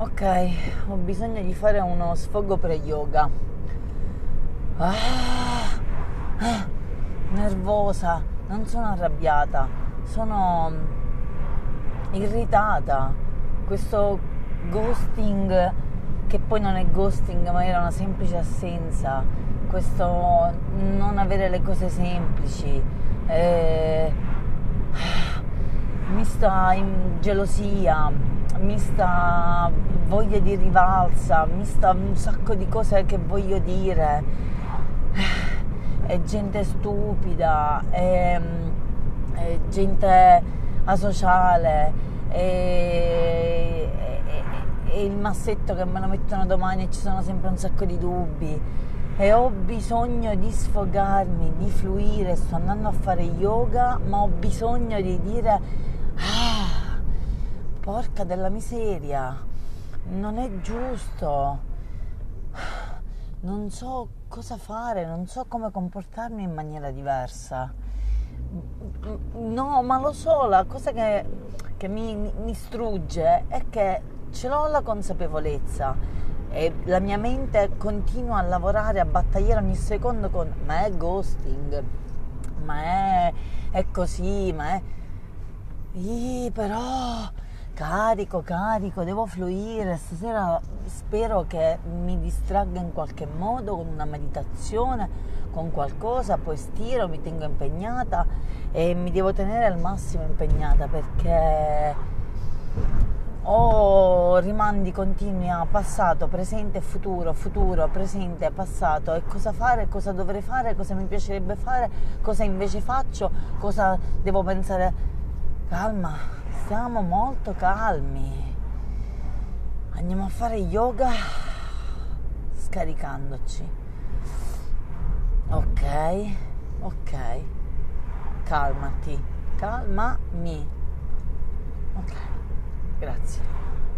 Ok, ho bisogno di fare uno sfogo pre-yoga. Ah, nervosa, non sono arrabbiata, sono irritata. Questo ghosting, che poi non è ghosting, ma era una semplice assenza. Questo non avere le cose semplici. eh, Mista gelosia, mista voglia di rivalsa, mista un sacco di cose che voglio dire, è gente stupida, è gente asociale, è il massetto che me lo mettono domani e ci sono sempre un sacco di dubbi. E ho bisogno di sfogarmi, di fluire. Sto andando a fare yoga, ma ho bisogno di dire: ah, porca della miseria, non è giusto, non so cosa fare, non so come comportarmi in maniera diversa. No, ma lo so, la cosa che mi strugge è che ce l'ho la consapevolezza e la mia mente continua a lavorare, a battagliare ogni secondo con: ma è ghosting, ma è così, ma è... però carico, devo fluire. Stasera spero che mi distragga in qualche modo con una meditazione, con qualcosa, poi stiro, mi tengo impegnata e mi devo tenere al massimo impegnata, perché ho rimandi continui a passato, presente e futuro, presente, passato, e cosa fare, cosa dovrei fare, cosa mi piacerebbe fare, cosa invece faccio, cosa devo pensare. Calma, stiamo molto calmi. Andiamo a fare yoga scaricandoci. Ok, calmati, calmami. Ok, grazie.